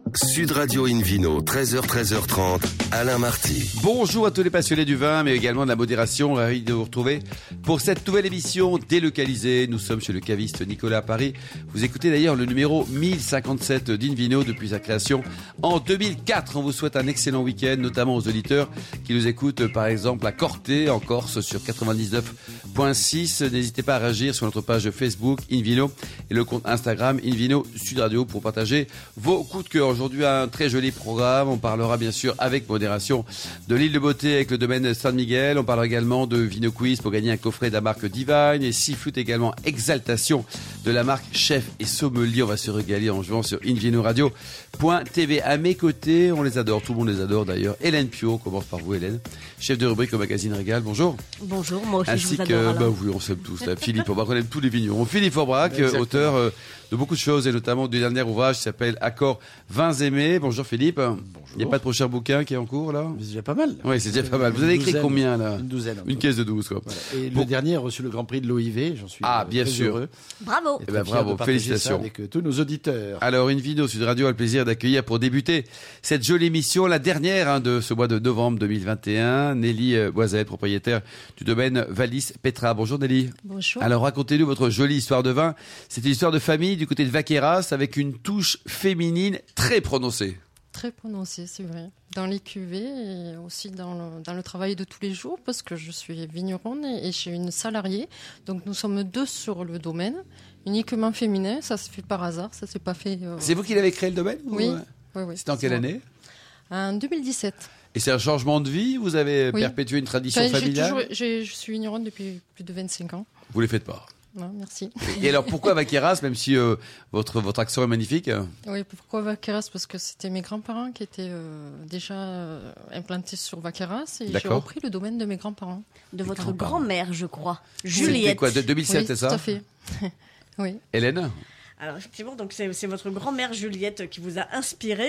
Sud Radio Invino, 13h-13h30, Alain Marty. Bonjour à tous les passionnés du vin, mais également de la modération. Ravi de vous retrouver pour cette nouvelle émission délocalisée. Nous sommes chez le caviste Nicolas à Paris. Vous écoutez d'ailleurs le numéro 1057 d'Invino depuis sa création en 2004. On vous souhaite un excellent week-end, notamment aux auditeurs qui nous écoutent par exemple à Corté, en Corse, sur 99.6. N'hésitez pas à réagir sur notre page Facebook Invino et le compte Instagram Invino Sud Radio pour partager vos coups de cœur. Aujourd'hui, un très joli programme. On parlera bien sûr avec modération de l'île de beauté avec le domaine San Miguel. On parlera également de Vino Quiz pour gagner un coffret de la marque Divine et Seafood également Exaltation de la marque Chef et Sommelier. On va se régaler en jouant sur invinoradio.tv. À mes côtés, on les adore, tout le monde les adore d'ailleurs. Hélène Pio, on commence par vous Hélène, chef de rubrique au magazine Régal. Bonjour. Bonjour, moi aussi ainsi je vous adore. Oui, on s'aime tous. Là. Philippe, on va connaître tous les vignerons. Philippe Forbrac, auteur de beaucoup de choses et notamment du dernier ouvrage qui s'appelle Accords Vins aimés. Bonjour Philippe. Bonjour. Il n'y a pas de prochain bouquin qui est en cours là? C'est déjà pas mal. Oui, c'est déjà pas mal. Vous avez écrit combien là? Une douzaine. Une caisse de 12 quoi. Voilà. Et le dernier a reçu le Grand Prix de l'OIV, j'en suis bien très sûr. heureux. Bravo. Et bravo, félicitations. Avec tous nos auditeurs. Alors Invino Sud Radio a le plaisir d'accueillir pour débuter cette jolie émission, la dernière de ce mois de novembre 2021, Nelly Boisette, propriétaire du domaine Valis Petra. Bonjour Nelly. Bonjour. Alors racontez-nous votre jolie histoire de vin. C'est une histoire de famille du côté de Vaqueras avec une touche féminine très prononcée. Très prononcé, c'est vrai. Dans les cuvées et aussi dans le travail de tous les jours, parce que je suis vigneronne et j'ai une salariée. Donc nous sommes deux sur le domaine, uniquement féminin. Ça se fait par hasard, ça s'est pas fait. C'est vous qui l'avez créé le domaine? Oui. Oui. Oui. C'était en quelle année? En 2017. Et c'est un changement de vie? Vous avez perpétué une tradition familiale? Je suis vigneronne depuis plus de 25 ans. Vous les faites pas? Non, merci. Et alors pourquoi Vaqueras, même si votre accent est magnifique? Oui, pourquoi Vaqueras? Parce que c'était mes grands-parents qui étaient déjà implantés sur Vaqueras et j'ai repris le domaine de mes grands-parents. De votre grand-mère, je crois. Juliette. C'était quoi, de 2007, oui, c'est ça? Tout à fait. Oui. Hélène? Alors effectivement, donc c'est votre grand-mère Juliette qui vous a inspiré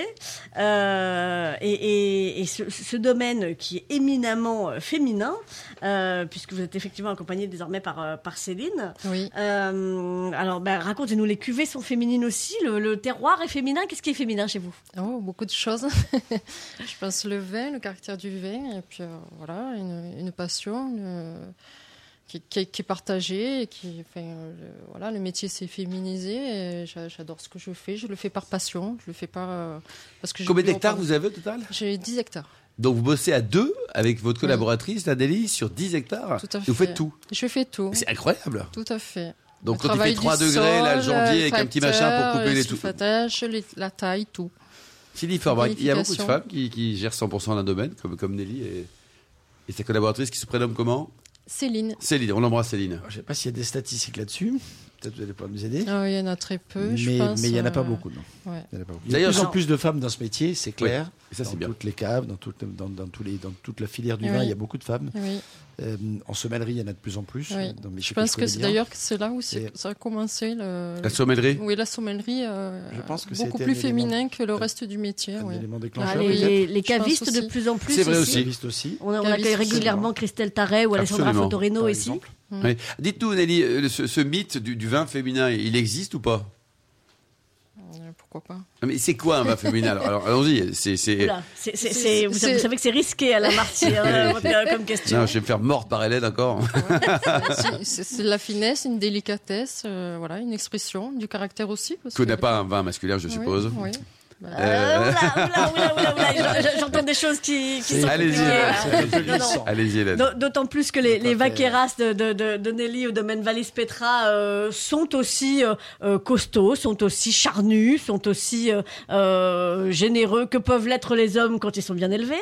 et ce domaine qui est éminemment féminin, puisque vous êtes effectivement accompagnée désormais par Céline. Oui. Alors racontez-nous, les cuvées sont féminines aussi, le terroir est féminin. Qu'est-ce qui est féminin chez vous? Oh, beaucoup de choses. Je pense le vin, le caractère du vin, et puis voilà, une passion. Qui est partagé, et voilà, le métier s'est féminisé, et j'adore ce que je fais, je le fais par passion, je le fais pas parce que Combien d'hectares vous avez au total? J'ai 10 hectares. Donc vous bossez à deux avec votre collaboratrice, la Nelly, sur 10 hectares? Tout à fait. Vous faites tout? Je fais tout. C'est incroyable. Tout à fait. Donc quand il fait 3 degrés, là, le janvier, avec un petit machin pour couper les tout. La taille, tout. Philippe Forbrac, il y a beaucoup de femmes qui gèrent 100% d'un domaine, comme Nelly, et sa collaboratrice qui se prénomme comment? Céline, on l'embrasse Céline. Je ne sais pas s'il y a des statistiques là-dessus. Peut-être vous allez pouvoir nous aider. Il y en a très peu, je pense. Mais il n'y en a pas beaucoup, non. Ouais. Il y a de plus en plus de femmes dans ce métier, c'est clair. Oui. Et ça, c'est bien. Dans toutes les caves, dans toute la filière du vin, il y a beaucoup de femmes. Oui. En sommellerie, il y en a de plus en plus. Oui. Je pense que c'est d'ailleurs là où ça a commencé. La sommellerie? Oui, la sommellerie. Je pense que beaucoup plus féminin que le reste du métier. Un oui. élément déclencheur. Les cavistes de plus en plus. C'est vrai aussi. On accueille régulièrement Christelle Tarret ou Alessandra Fotorino ici. Oui. Dites-nous, Nelly, ce mythe du vin féminin, il existe ou pas? Pourquoi pas? Mais c'est quoi un vin féminin? Alors allons-y. Vous savez que c'est risqué à la Marty comme question. Non, je vais me faire morte par Hélène encore. C'est la finesse, une délicatesse, voilà, une expression, du caractère aussi. Tu n'as pas un vin masculin, je suppose. Oui. J'entends des choses qui sont Allez-y, Hélène. D'autant plus que les Vaqueras de Nelly au domaine Valis Petra sont aussi costauds, sont aussi charnus, sont aussi généreux que peuvent l'être les hommes quand ils sont bien élevés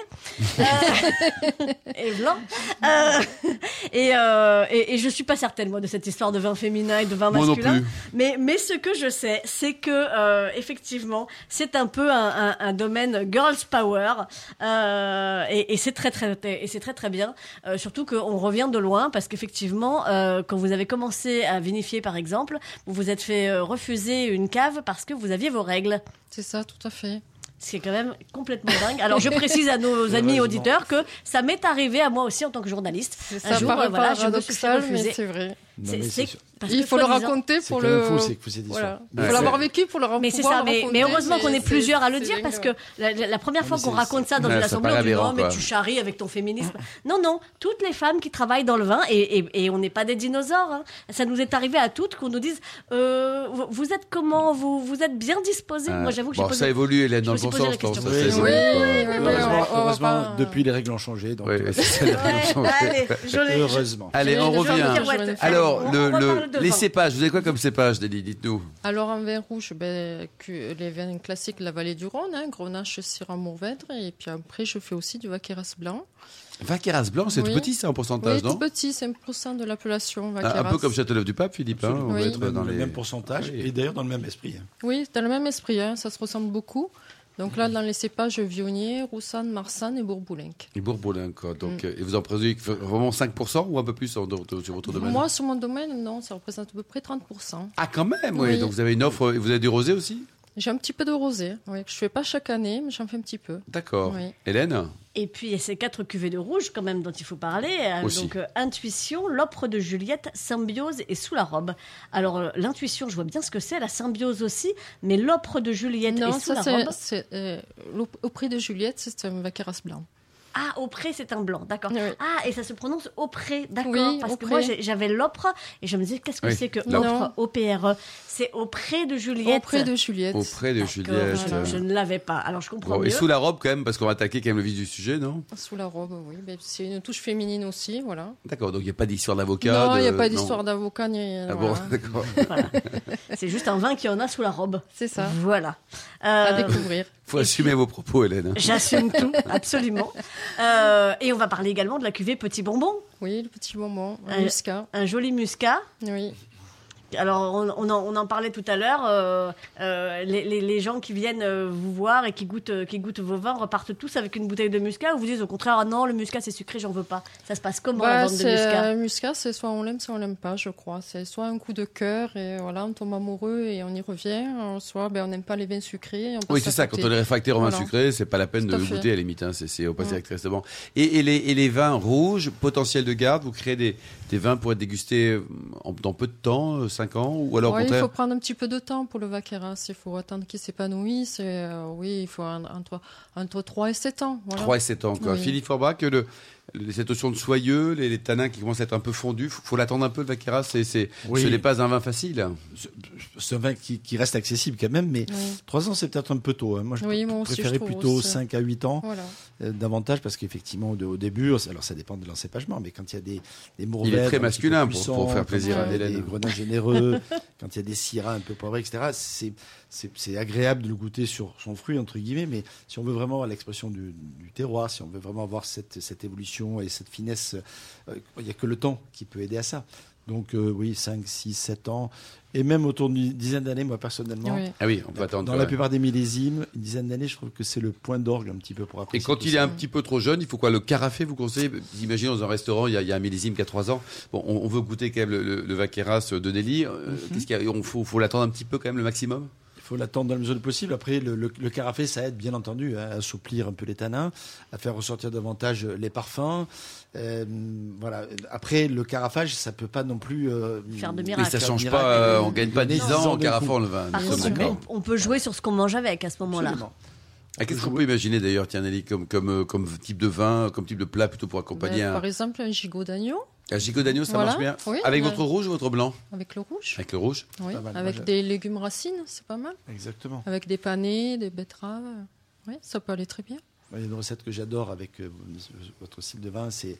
et blancs. Et je suis pas certaine moi de cette histoire de vin féminin et de vin masculin. Mais ce que je sais, c'est que effectivement, c'est un peu un domaine girls power et c'est très bien, surtout qu'on revient de loin parce qu'effectivement quand vous avez commencé à vinifier par exemple, vous vous êtes fait refuser une cave parce que vous aviez vos règles. C'est ça, tout à fait. C'est quand même complètement dingue. Alors je précise à nos amis auditeurs que ça m'est arrivé à moi aussi en tant que journaliste. C'est ça, un jour, je me suis fait refuser. Mais c'est vrai. Il faut le raconter pour le. Voilà. Il faut l'avoir vécu pour le raconter. Mais c'est ça. Mais heureusement qu'on est plusieurs à le dire parce que la première fois qu'on raconte ça dans une assemblée, on dit non, mais tu charries avec ton féminisme. Non, toutes les femmes qui travaillent dans le vin et on n'est pas des dinosaures. Hein. Ça nous est arrivé à toutes qu'on nous dise vous êtes comment, vous êtes bien disposées. Moi, j'avoue que j'ai posé. Ça évolue, Hélène, dans le bon sens. Heureusement, depuis les règles ont changé. Donc, allez, heureusement. Allez, on revient. Alors, les cépages, vous avez quoi comme cépage, Délie? Dites-nous. Alors, en vin rouge, les vins classiques, la vallée du Rhône, Grenache, Syrah, Mourvèdre. Et puis après, je fais aussi du Vacqueyras blanc. Vacqueyras blanc, c'est tout petit, ça, en pourcentage, non? Oui, tout petit, 5% de l'appellation. Un peu comme Châteauneuf-du-Pape, Philippe. On va être dans le même pourcentage et d'ailleurs dans le même esprit. Oui, dans le même esprit, ça se ressemble beaucoup. Donc là, dans les cépages Viognier, Roussanne, Marsanne et Bourboulenc. Et Bourboulenc, quoi. Donc, et vous en présumez vraiment 5% ou un peu plus sur votre domaine? Moi, sur mon domaine, non, ça représente à peu près 30%. Ah, quand même, oui. Donc vous avez une offre, vous avez du rosé aussi? J'ai un petit peu de rosé, que je fais pas chaque année, mais j'en fais un petit peu. D'accord. Oui. Hélène? Et puis, il y a ces 4 cuvées de rouge, quand même, dont il faut parler. Donc, Intuition, L'Opre de Juliette, Symbiose et Sous la robe. Alors, l'Intuition, je vois bien ce que c'est, la Symbiose aussi, mais L'Opre de Juliette et Sous la robe... Auprès de Juliette, c'est un Vacqueyras blanc. Ah, Auprès, c'est un blanc, d'accord. Oui. Ah, et ça se prononce Auprès, d'accord. Oui, parce Auprès. que moi, j'avais l'Opre, et je me disais, qu'est-ce que c'est que Opre, O-P-R-E? C'est Auprès de Juliette. Auprès de Juliette. Auprès de Juliette. Voilà, je ne l'avais pas, alors je comprends mieux. Et Sous la robe, quand même, parce qu'on va attaquer quand même le vif du sujet, non? Sous la robe, oui. C'est une touche féminine aussi, voilà. D'accord, donc il n'y a pas d'histoire d'avocat? Non, il n'y a pas d'histoire d'avocat. Ah bon, d'accord. Voilà. C'est juste un vin qui en a sous la robe. C'est ça. Voilà. À découvrir. Il faut assumer vos propos, Hélène. J'assume tout, absolument. Et on va parler également de la cuvée Petit Bonbon. Oui, le Petit Bonbon, un muscat. Un joli muscat. Oui. Alors, on en parlait tout à l'heure. Les gens qui viennent vous voir et qui goûtent vos vins repartent tous avec une bouteille de muscat ou vous disent au contraire, ah non, le muscat c'est sucré, j'en veux pas. Ça se passe comment la vente de muscat? Le muscat, c'est soit on l'aime, soit on l'aime pas, je crois. C'est soit un coup de cœur et voilà, on tombe amoureux et on y revient. Soit on n'aime pas les vins sucrés. Oui, c'est ça. Quand on est réfractaire aux vins sucrés, c'est pas la peine de goûter à la limite. C'est au passé directement. Et les vins rouges, potentiel de garde, vous créez des vins pour être dégustés dans peu de temps, 5 ans, ou alors au contraire... Il faut prendre un petit peu de temps pour le Vacqueyras, il faut attendre qu'il s'épanouisse, il faut entre 3 et 7 ans. Voilà. 3 et 7 ans, quoi. Oui. Philippe Forbach, cette notion de soyeux, les tanins qui commencent à être un peu fondus, il faut l'attendre un peu, le Vacqueyras, ce n'est pas un vin facile. C'est un vin qui reste accessible quand même, mais 3 ans c'est peut-être un peu tôt. Hein. Moi, je préférais plutôt 5 à 8 ans, davantage, parce qu'effectivement au début, alors ça dépend de l'encépagement, mais quand il y a des Mourvèdres... Il est très masculin pour faire plaisir à Hélène. Des Grenaches généreux, quand il y a des Syrahs un peu poivrés, etc., c'est agréable de le goûter sur son fruit, entre guillemets, mais si on veut vraiment avoir l'expression du terroir, si on veut vraiment avoir cette évolution et cette finesse, il n'y a que le temps qui peut aider à ça. Donc oui, 5, 6, 7 ans, et même autour d'une dizaine d'années, moi personnellement. Oui. Ah oui, on peut attendre. Dans la plupart des millésimes, une dizaine d'années, je trouve que c'est le point d'orgue un petit peu pour apprécier. Et quand il est un petit peu trop jeune, il faut quoi? Le carafé, vous conseillez? Imaginez dans un restaurant, il y a un millésime qui a 3 ans. Bon, on veut goûter quand même le Vacqueyras de Délie. Qu'est-ce qu'il y a? Faut l'attendre un petit peu quand même, le maximum? Il faut l'attendre dans la mesure du possible. Après, le carafé, ça aide bien entendu à assouplir un peu les tanins, à faire ressortir davantage les parfums. Voilà. Après, le carafage, ça peut pas non plus faire de miracles. Mais ça change pas. On gagne pas 10 ans en carafant le vin. On peut jouer sur ce qu'on mange avec à ce moment-là. Qu'est-ce qu'on peut imaginer d'ailleurs, tiens Nelly, comme type de vin, comme type de plat plutôt pour accompagner Par exemple, un gigot d'agneau. Un gigot d'agneau, ça marche bien. Oui, avec votre rouge ou votre blanc? Avec le rouge. Avec le rouge. Oui. Avec des légumes racines, c'est pas mal. Exactement. Avec des panais, des betteraves. Oui, ça peut aller très bien. Il y a une recette que j'adore avec votre style de vin, c'est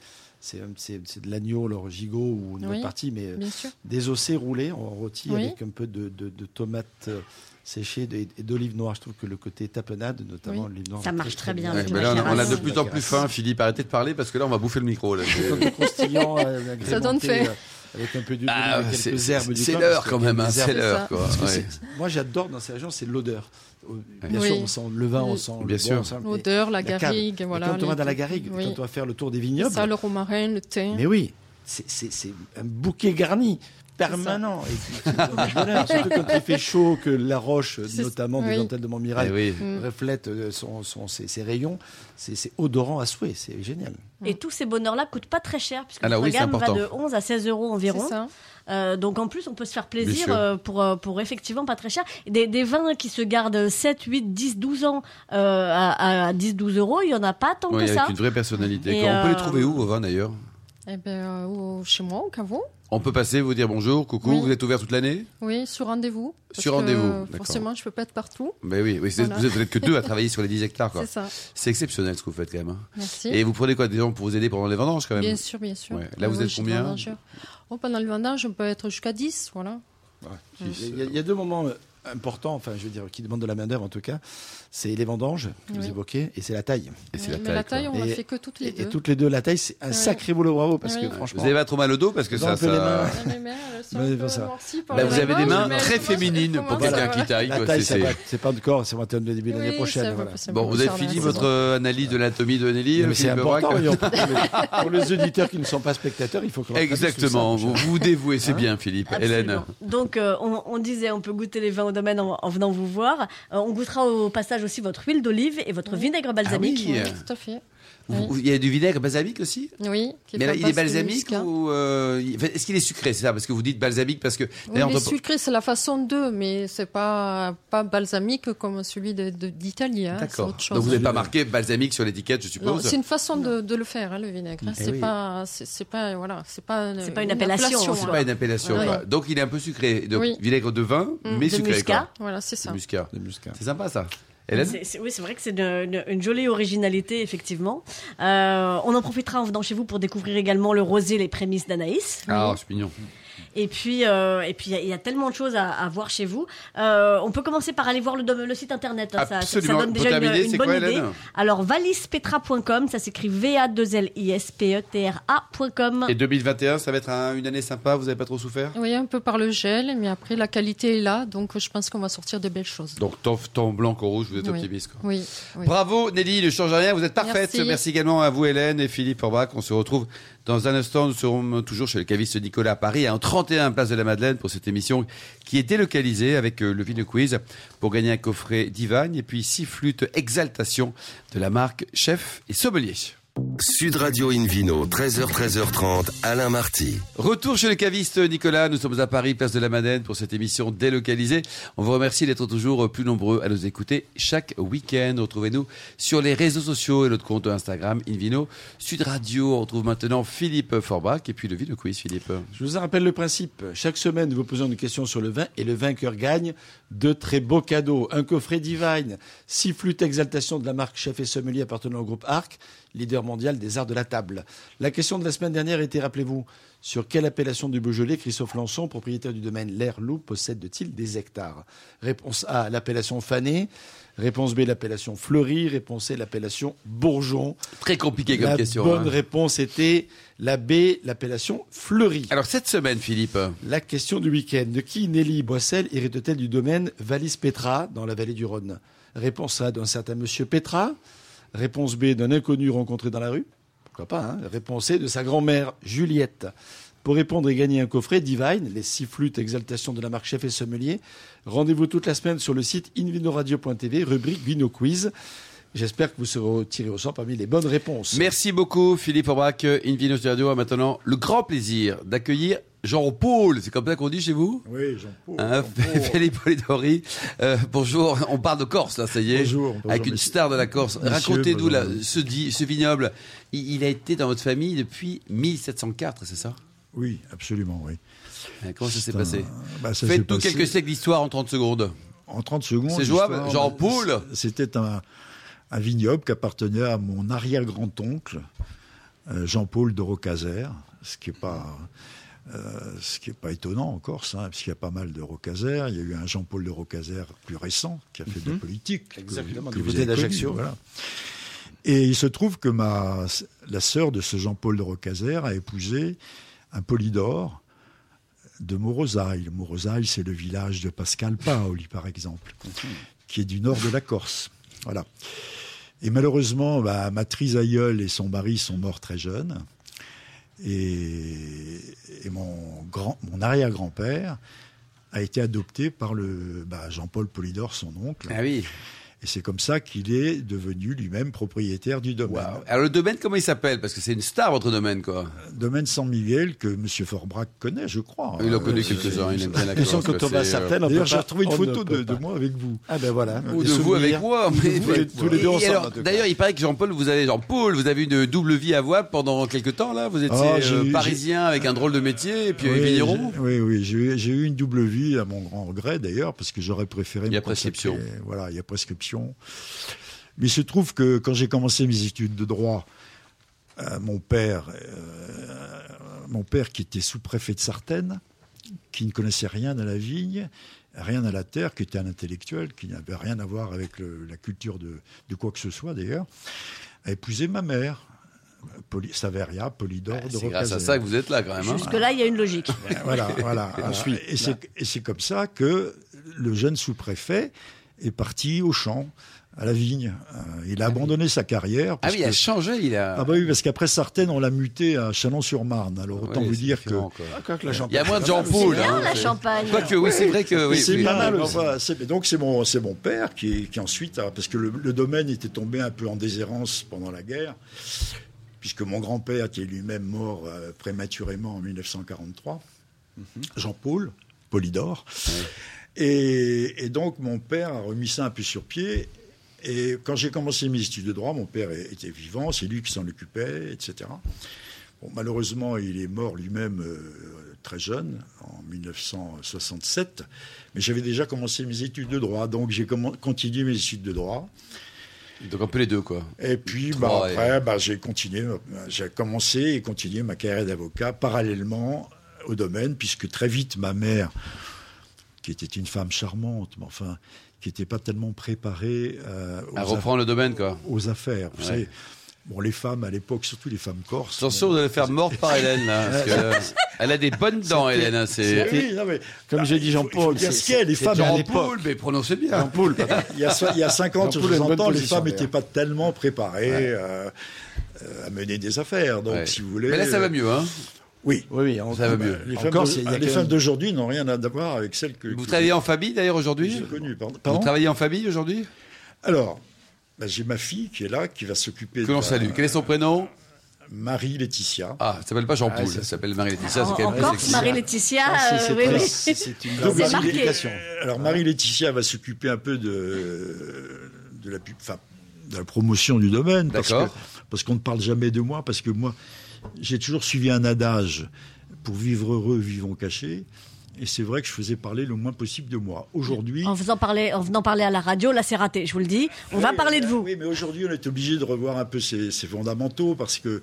de l'agneau, le gigot ou une autre partie, mais désossé, roulé, on rôtit avec un peu de tomates séchées et d'olive noire. Je trouve que le côté tapenade, notamment l'olive noire, ça marche très bien. On a de plus en plus faim, Philippe. Arrêtez de parler parce que là, on va bouffer le micro. Là. Croustillant, ça donne fait. Avec un peu d'huile d'olive et quelques herbes du coin. C'est l'heure quand même, c'est l'heure. Moi, j'adore dans ces régions, c'est l'odeur. Bien sûr, on sent le vin, on sent bien sûr. L'odeur, la garrigue. Voilà, quand on va dans la garrigue, quand on va faire le tour des vignobles. Ça, le romarin, le thym. Mais oui, c'est un bouquet garni. permanent. Surtout quand il fait chaud, que la roche, notamment des dentelles de Montmirail, reflète ses rayons. C'est odorant à souhait, c'est génial. Et tous ces bonheurs-là coûtent pas très cher, puisque notre gamme va de 11 à 16 euros environ. C'est ça. Donc en plus, on peut se faire plaisir pour effectivement pas très cher. Des vins qui se gardent 7, 8, 10, 12 ans à 10, 12 euros, il n'y en a pas tant que ça. Avec une vraie personnalité. On peut les trouver où, vos vins d'ailleurs? Eh ben, chez moi, au caveau. On peut passer, vous dire bonjour, coucou, vous êtes ouvert toute l'année? Oui, sur rendez-vous. Sur rendez-vous, forcément, je ne peux pas être partout. Ben oui, vous n'êtes que 2 à travailler sur les 10 hectares. Quoi. C'est ça. C'est exceptionnel ce que vous faites quand même. Merci. Et vous prenez quoi, des gens pour vous aider pendant les vendanges quand même? Bien sûr, bien sûr. Ouais. Là, vous êtes combien? Pendant le vendage, on peut être jusqu'à 10, voilà. Ouais. Il y a 2 moments important, enfin je veux dire, qui demande de la main-d'œuvre en tout cas, c'est les vendanges que vous évoquez et c'est la taille. Mais la taille, on l'a fait que toutes les deux. Et toutes les deux, la taille, c'est un sacré boulot, bravo, parce que franchement. Vous avez pas trop mal au dos parce que ça. Les mains. Vous avez des mains très féminines pour quelqu'un qui taille. La taille, c'est pas encore, c'est un de début de l'année prochaine. Bon, vous avez fini votre analyse de l'anatomie de Nelly. C'est important. Pour les auditeurs qui ne sont pas spectateurs, il faut que. Exactement. Vous vous dévouez, c'est bien, Philippe. Hélène. Donc, on disait, on peut goûter les vins au domaine en venant vous voir. On goûtera au passage aussi votre huile d'olive et votre vinaigre balsamique. Oui, tout à fait. Il y a du vinaigre balsamique aussi? Oui. Mais là, il est balsamique ou est-ce qu'il est sucré? C'est ça, parce que vous dites balsamique parce que. Oui, il est sucré, c'est la façon de, mais c'est pas balsamique comme celui d'Italie. Hein, d'accord. Donc vous n'avez pas marqué balsamique sur l'étiquette, je suppose. C'est une façon de le faire, le vinaigre. C'est pas une appellation. C'est pas une appellation. Donc il est un peu sucré. Donc vinaigre de vin, mais sucré. Muscat. Voilà, c'est ça. De muscat. C'est sympa ça. Hélène? Oui, c'est vrai que c'est une jolie originalité, effectivement. On en profitera en venant chez vous pour découvrir également le rosé, les prémices d'Anaïs. Ah, c'est mignon. Et puis, il y a tellement de choses à voir chez vous. On peut commencer par aller voir le site internet. Hein, ça donne déjà une bonne idée. Alors, valispetra.com, ça s'écrit VA2LISPETRA.com. Et 2021, ça va être une année sympa, vous n'avez pas trop souffert? Oui, un peu par le gel, mais après, la qualité est là, donc je pense qu'on va sortir de belles choses. Donc, tant blanc qu'au rouge, vous êtes optimiste. Quoi. Oui. Bravo Nelly, ne change rien, vous êtes parfaite. Merci également à vous Hélène et Philippe Forbach. On se retrouve dans un instant, nous serons toujours chez le caviste Nicolas à Paris, en 31 place de la Madeleine pour cette émission qui est délocalisée avec le Vino Quiz pour gagner un coffret Divagne et puis 6 flûtes Exaltation de la marque Chef et Sommelier. Sud Radio Invino, 13h-13h30, Alain Marty. Retour chez le caviste Nicolas, nous sommes à Paris, place de la Madeleine pour cette émission délocalisée. On vous remercie d'être toujours plus nombreux à nous écouter chaque week-end. Retrouvez-nous sur les réseaux sociaux et notre compte Instagram Invino Sud Radio. On retrouve maintenant Philippe Forbach et puis le Vino Quiz. Philippe. Je vous rappelle le principe. Chaque semaine, nous vous posons une question sur le vin et le vainqueur gagne de très beaux cadeaux. Un coffret Divine, 6 flûtes Exaltation de la marque Chef et Sommelier appartenant au groupe Arc, leader mondial des arts de la table. La question de la semaine dernière était, rappelez-vous, sur quelle appellation du Beaujolais Christophe Lançon, propriétaire du domaine L'Air-Loup, possède-t-il des hectares? Réponse A, l'appellation Fané. Réponse B, l'appellation Fleury. Réponse C, l'appellation Bourgeon. Très compliqué comme question. La bonne réponse était la B, l'appellation Fleury. Alors cette semaine, Philippe. La question du week-end. De qui Nelly Boissel hérite-t-elle du domaine Valis-Petra, dans la vallée du Rhône? Réponse A, d'un certain monsieur Petra. Réponse B, d'un inconnu rencontré dans la rue. Pourquoi pas, hein? Réponse C, de sa grand-mère Juliette. Pour répondre et gagner un coffret Divine, les 6 flûtes Exaltation de la marque Chef et Sommelier, rendez-vous toute la semaine sur le site invinoradio.tv, rubrique Vino Quiz. J'espère que vous serez tiré au sort parmi les bonnes réponses. Merci beaucoup Philippe Forbach. Invino Radio a maintenant le grand plaisir d'accueillir Jean-Paul, c'est comme ça qu'on dit chez vous? Oui, Jean-Paul. Philippe Polidori. Bonjour, on parle de Corse là, ça y est. Bonjour avec une star de la Corse. Racontez-nous là, ce vignoble. Il a été dans votre famille depuis 1704, c'est ça? Oui, absolument, oui. Comment ça s'est passé? Faites-nous quelques siècles d'histoire en 30 secondes. En 30 secondes. C'est jouable, Jean-Paul? C'était un vignoble qui appartenait à mon arrière-grand-oncle, Jean-Paul de Rocazère, ce qui n'est pas étonnant en Corse, hein, parce qu'il y a pas mal de Rocazères. Il y a eu un Jean-Paul de Rocazère plus récent qui a fait de la politique. Exactement, que du vous côté avez d'Ajaccio. Voilà. Et il se trouve que la sœur de ce Jean-Paul de Rocazère a épousé un Polydore de Maurosailles. Maurosailles, c'est le village de Pascal Paoli, par exemple, qui est du nord de la Corse. Voilà. Et malheureusement, ma trisaïeule et son mari sont morts très jeunes. Et mon arrière-grand-père a été adopté par Jean-Paul Polydore, son oncle. Ah oui. Et c'est comme ça qu'il est devenu lui-même propriétaire du domaine. Wow. Alors le domaine, comment il s'appelle? Parce que c'est une star, votre domaine, quoi. Domaine San Miguel, que M. Forbrac connaît, je crois. Il en connaît quelques-uns, il aime bien la Question Corse. que Thomas Sartène, on peut D'ailleurs, j'ai pas- retrouvé une on photo ne peut de pas. moi avec vous. Ah ben voilà. Ou Des de vous avec souvenirs. moi. Mais Tous les deux Et ensemble, alors, en tout cas. d'ailleurs, il paraît que Jean-Paul, vous avez une double vie à voile pendant quelques temps, là. Vous étiez parisien avec un drôle de métier, et puis vigneron. Oui, j'ai eu une double vie, à mon grand regret d'ailleurs, parce que j'aurais préféré... Il y a me consacrer- prescription. Voilà, il y a prescription. Mais il se trouve que quand j'ai commencé mes études de droit, mon père, qui était sous-préfet de Sartène, qui ne connaissait rien à la vigne, rien à la terre, qui était un intellectuel, qui n'avait rien à voir avec la culture de quoi que ce soit d'ailleurs, a épousé ma mère, Saveria Polydore de C'est grâce à Rocazère. ça que vous êtes là, quand même. Hein. Jusque-là, il y a une logique. Voilà. Et c'est comme ça que le jeune sous-préfet est parti au champ, à la vigne. Il a abandonné sa carrière. Ah parce oui, il a que- changé, il a... Ah bah oui, parce qu'après Sartène, on l'a muté à Chalon-sur-Marne. Alors autant Oui, vous c'est dire que... différent, quoi. Ah, quoi que la Il y champagne. a moins de C'est Jean-Paul. bien, hein, la c'est- Champagne. Quoique, oui, c'est vrai que... Oui, c'est oui. pas mal. aussi. Enfin, donc c'est mon père qui ensuite a, parce que le domaine était tombé un peu en déshérence pendant la guerre, puisque mon grand-père, qui est lui-même mort prématurément en 1943, Jean-Paul Polydore, et donc mon père a remis ça un peu sur pied. Et quand j'ai commencé mes études de droit, mon père était vivant, c'est lui qui s'en occupait, etc. Bon, malheureusement, il est mort lui-même très jeune, en 1967. Mais j'avais déjà commencé mes études de droit, donc j'ai continué mes études de droit. Donc un peu les deux, quoi. Et puis Droit après, j'ai commencé et continué ma carrière d'avocat parallèlement au domaine, puisque très vite, ma mère, qui était une femme charmante, mais enfin, qui n'était pas tellement préparée À reprendre le domaine, quoi. aux affaires. Vous Ouais. savez, bon, les femmes à l'époque, surtout les femmes corses. Attention, vous allez faire morte par Hélène, là. Parce que, elle a des bonnes dents, Hélène. Hein, c'est... Oui, non, mais, Comme j'ai dit Jean-Paul, il faut dire ce qu'il y a, les femmes à l'époque. Jean-Paul, mais prononcez bien. Jean-Paul, Il y a 50 ou Jean-Paul a une 60 bonne ans, les position, femmes n'étaient d'ailleurs. pas tellement préparées à mener des affaires. Donc, Ouais. si vous voulez. Mais là, ça va mieux, hein. Oui. Oui, Ça va mieux. Les Encore, femmes, femmes d'aujourd'hui n'ont rien à voir avec celles que Vous travaillez en famille, d'ailleurs, que aujourd'hui? j'ai connues. Vous Pardon travaillez en famille, aujourd'hui? Alors, j'ai ma fille qui est là, qui va s'occuper Que l'on salue. Quel est son prénom? Marie-Laetitia. Ah, ça s'appelle pas Jean-Paul, Ah, ça c'est- s'appelle Marie-Laetitia. C'est En, quand en même Corse, sexy. Marie-Laetitia, c'est oui, très- oui. c'est une Donc, C'est marqué. éducation. Alors, Marie-Laetitia va s'occuper un peu de la promotion du domaine. D'accord. Parce qu'on ne parle jamais de moi, parce que moi, j'ai toujours suivi un adage, pour vivre heureux, vivons cachés. Et c'est vrai que je faisais parler le moins possible de moi. Aujourd'hui... En venant parler à la radio, là c'est raté, je vous le dis. On va parler de vous. Oui, mais aujourd'hui, on est obligé de revoir un peu ces fondamentaux parce que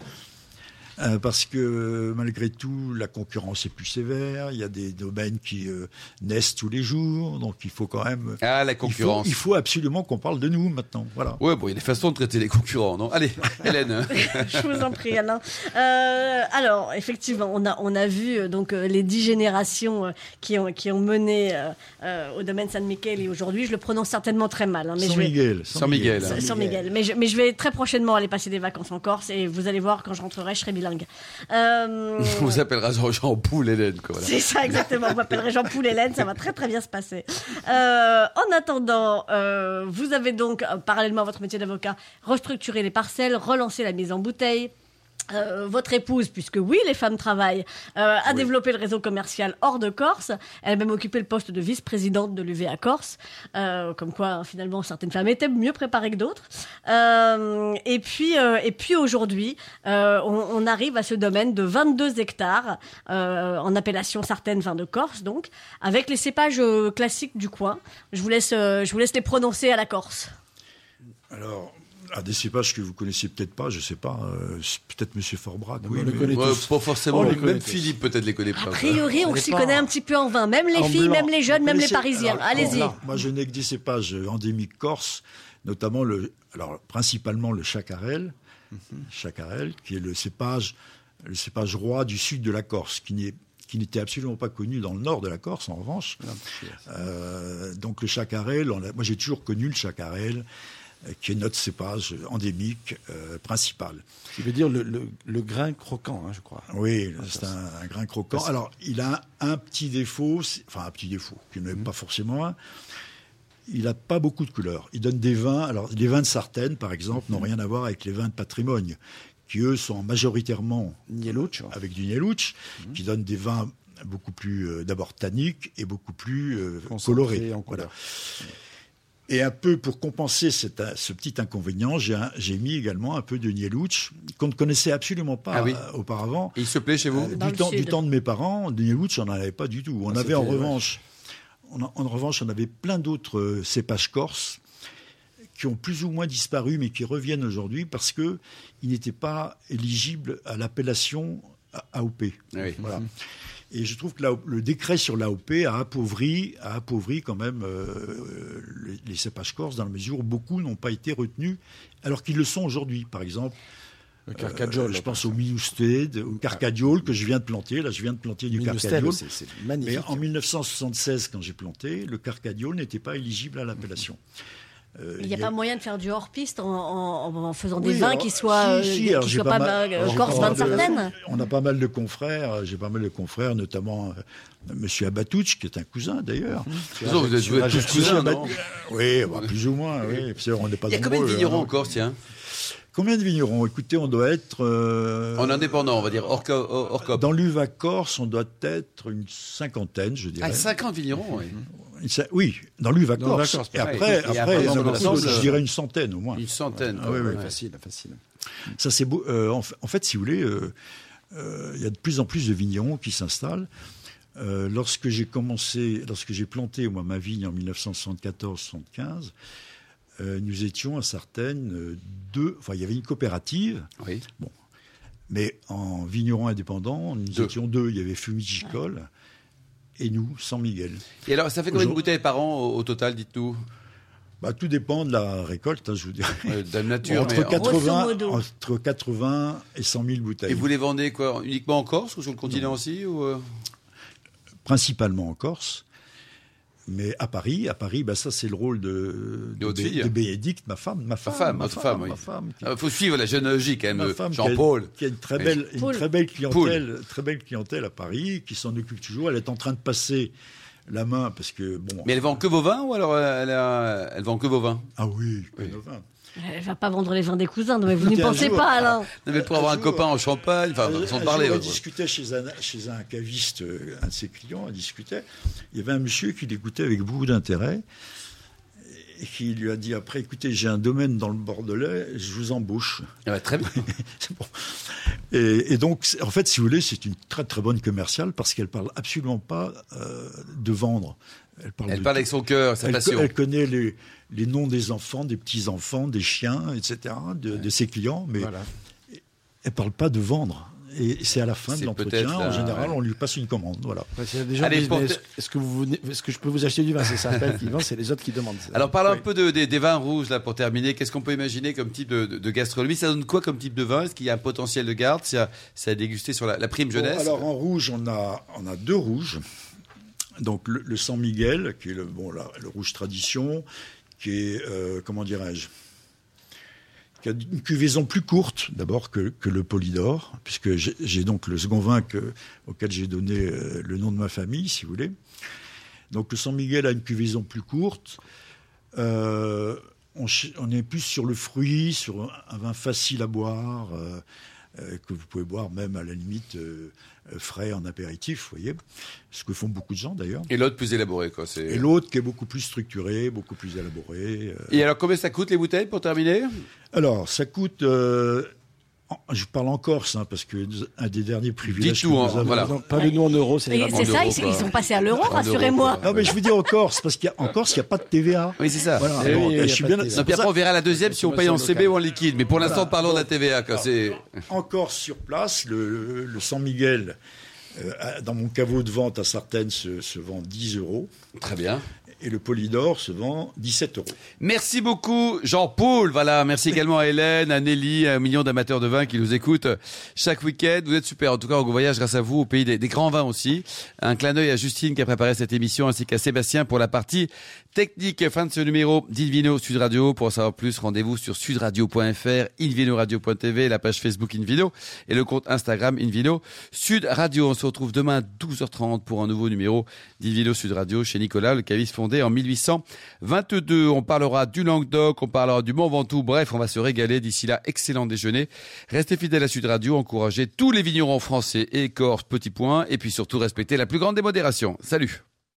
malgré tout, la concurrence est plus sévère. Il y a des domaines qui naissent tous les jours, donc il faut quand même. Ah, la concurrence. Il faut absolument qu'on parle de nous maintenant. Voilà. Ouais, bon, il y a des façons de traiter les concurrents, non? Allez, Hélène. Je vous en prie, Alain. Alors, effectivement, on a vu donc les 10 générations qui ont mené au domaine San Miguel, et aujourd'hui, je le prononce certainement très mal. Hein, mais San je vais, Miguel. San Miguel. San Miguel. Mais je vais très prochainement aller passer des vacances en Corse, et vous allez voir, quand je rentrerai, je serai bilingue. On vous appellera Jean-Paul, Hélène, quoi. Voilà. C'est ça, exactement. On m'appellerait Jean-Paul Hélène, ça va très très bien se passer. En attendant, vous avez donc, parallèlement à votre métier d'avocat, restructuré les parcelles, relancé la mise en bouteille. Votre épouse, puisque oui, les femmes travaillent, a développé le réseau commercial hors de Corse. Elle a même occupé le poste de vice-présidente de l'UVA Corse. Comme quoi, finalement, certaines femmes étaient mieux préparées que d'autres. Et puis aujourd'hui, on arrive à ce domaine de 22 hectares en appellation Sartène vin de Corse, donc, avec les cépages classiques du coin. Je vous laisse les prononcer à la Corse. Alors, des cépages que vous connaissez peut-être pas, je sais pas. C'est peut-être Monsieur Forbrac. On les connaît Ouais, tous. pas forcément. On les Même connaît tous. Philippe, peut-être, les connaît pas. A priori, on est s'y pas connaît un petit peu en vin. Même les en filles, blanc. même les jeunes, Vous même les connaissez- Parisiens. alors, Allez-y. Moi, je n'ai que des cépages endémiques corse, notamment principalement le chacarel, qui est le cépage roi du sud de la Corse, qui n'était absolument pas connu dans le nord de la Corse, en revanche. Donc le chacarel, moi j'ai toujours connu le chacarel, qui est notre cépage endémique principal. Ce qui veut dire le grain croquant, je crois. Oui, c'est un grain croquant. Alors, il a un petit défaut, qui n'est pas forcément un. Il n'a pas beaucoup de couleurs. Il donne des vins. Alors, les vins de Sartène, par exemple, n'ont rien à voir avec les vins de patrimoine, qui, eux, sont majoritairement avec du Nieluch, qui donnent des vins beaucoup plus, d'abord tanniques et beaucoup plus colorés. Voilà. Et un peu pour compenser ce petit inconvénient, j'ai mis également un peu de Nieluch, qu'on ne connaissait absolument pas auparavant. Et il se plaît chez vous du temps de mes parents, de Nieluch, on n'en avait pas du tout. On avait en revanche, on avait plein d'autres cépages corses qui ont plus ou moins disparu, mais qui reviennent aujourd'hui parce qu'ils n'étaient pas éligibles à l'appellation AOP. Oui. Voilà. Et je trouve que le décret sur l'AOP a appauvri quand même les cépages corses, dans la mesure où beaucoup n'ont pas été retenus, alors qu'ils le sont aujourd'hui. Par exemple, le carcadiol. Je pense au Minustede, au carcadiol que je viens de planter. Là, je viens de planter du carcadiol. C'est magnifique. Mais en 1976, quand j'ai planté, le carcadiol n'était pas éligible à l'appellation. Il n'y a pas moyen de faire du hors-piste en faisant des vins qui soient pas corse, vins de Sartène. On a pas mal de confrères, notamment Monsieur Abatouch, qui est un cousin d'ailleurs. Vous êtes tous cousins, non? Oui, plus ou moins. Oui. On n'est pas. Il y a combien de vignerons en Corse, tiens? Combien de vignerons? Écoutez, on doit être... en indépendant, on va dire, hors COP. Dans l'UVA Corse, on doit être une cinquantaine, je dirais. 50 vignerons, oui. Oui, dans l'UVA Corse. Et après je dirais une centaine au moins. Une centaine. Oui. Facile. Ça, c'est beau. En fait, si vous voulez, il y a de plus en plus de vignerons qui s'installent. Lorsque j'ai planté ma vigne en 1974-75, nous étions à Sartène il y avait une coopérative. Oui. Bon. Mais en vignerons indépendants, nous étions deux. Il y avait Fumigicole et nous, San Miguel. Et alors, ça fait combien de bouteilles par an au total, dites-nous? Tout dépend de la récolte, je vous dirais. De la nature. Entre 80 et 100 000 bouteilles. Et vous les vendez quoi? Uniquement en Corse ou sur le continent aussi Principalement en Corse. Mais à Paris, ça c'est le rôle de Bénédicte, ma femme. Votre femme, oui. Il faut suivre la généalogie quand même, Jean-Paul. Qui a une très belle clientèle à Paris, qui s'en occupe toujours. Elle est en train de passer la main parce que bon. Mais elle vend que vos vins ou alors elle vend que vos vins? Ah oui, que nos vins. Elle va pas vendre les vins des cousins, mais vous n'y pensez pas, Alain. Non, mais pour avoir un copain en Champagne, sans parler. Elle discutait chez un caviste, un de ses clients, il y avait un monsieur qui l'écoutait avec beaucoup d'intérêt et qui lui a dit après, écoutez, j'ai un domaine dans le Bordelais, je vous embauche. Très bien. C'est bon. Et donc, en fait, si vous voulez, c'est une très très bonne commerciale parce qu'elle parle absolument pas de vendre. Elle parle avec son cœur, sa passion. Elle connaît les noms des enfants, des petits-enfants, des chiens, etc., de ses clients, mais elle ne parle pas de vendre. Et c'est à la fin de l'entretien, en général, on lui passe une commande. Voilà. Est-ce que je peux vous acheter du vin? C'est ça qui vend, c'est les autres qui demandent. Alors, parlons un peu des vins rouges, là, pour terminer. Qu'est-ce qu'on peut imaginer comme type de gastronomie? Ça donne quoi comme type de vin? Est-ce qu'il y a un potentiel de garde? C'est à déguster sur la prime jeunesse? Alors, en rouge, on a deux rouges. Donc, le San Miguel, qui est le rouge tradition, qui est, qui a une cuvaison plus courte d'abord que le Polydor, puisque j'ai donc le second vin auquel j'ai donné le nom de ma famille, si vous voulez. Donc le San Miguel a une cuvaison plus courte. On est plus sur le fruit, sur un vin facile à boire, que vous pouvez boire même à la limite frais en apéritif, vous voyez, ce que font beaucoup de gens d'ailleurs. Et l'autre plus élaboré, quoi. Et l'autre qui est beaucoup plus structuré, beaucoup plus élaboré. Et alors combien ça coûte les bouteilles pour terminer? Alors ça coûte, je parle en Corse, parce que un des derniers privilèges. Dites tout, voilà. Parlez-nous en euros. C'est ça, ils sont passés à l'euro, rassurez-moi. Non, mais je vous dis en Corse, parce qu'en Corse, il n'y a pas de TVA. Oui, c'est ça. Voilà. Je suis bien. Puis après, on verra la deuxième si on paye en CB ou en liquide. Mais pour l'instant, parlons de la TVA. En Corse, sur place, le San Miguel, dans mon caveau de vente à Sartène, se vend 10 €. Très bien. Et le Polydor se vend 17 €. Merci beaucoup, Jean-Paul. Voilà, merci également à Hélène, à Nelly, à un million d'amateurs de vin qui nous écoutent chaque week-end. Vous êtes super. En tout cas, on voyage grâce à vous au pays des grands vins aussi. Un clin d'œil à Justine qui a préparé cette émission ainsi qu'à Sébastien pour la partie technique. Fin de ce numéro d'Invino Sud Radio. Pour en savoir plus, rendez-vous sur sudradio.fr, invinoradio.tv, la page Facebook Invino et le compte Instagram Invino Sud Radio. On se retrouve demain à 12h30 pour un nouveau numéro d'Invino Sud Radio chez Nicolas, le caviste fondé en 1822. On parlera du Languedoc, on parlera du Mont Ventoux. Bref, on va se régaler. D'ici là, excellent déjeuner. Restez fidèles à Sud Radio, encouragez tous les vignerons français et Corse, petit point. Et puis surtout, respectez la plus grande des modérations. Salut!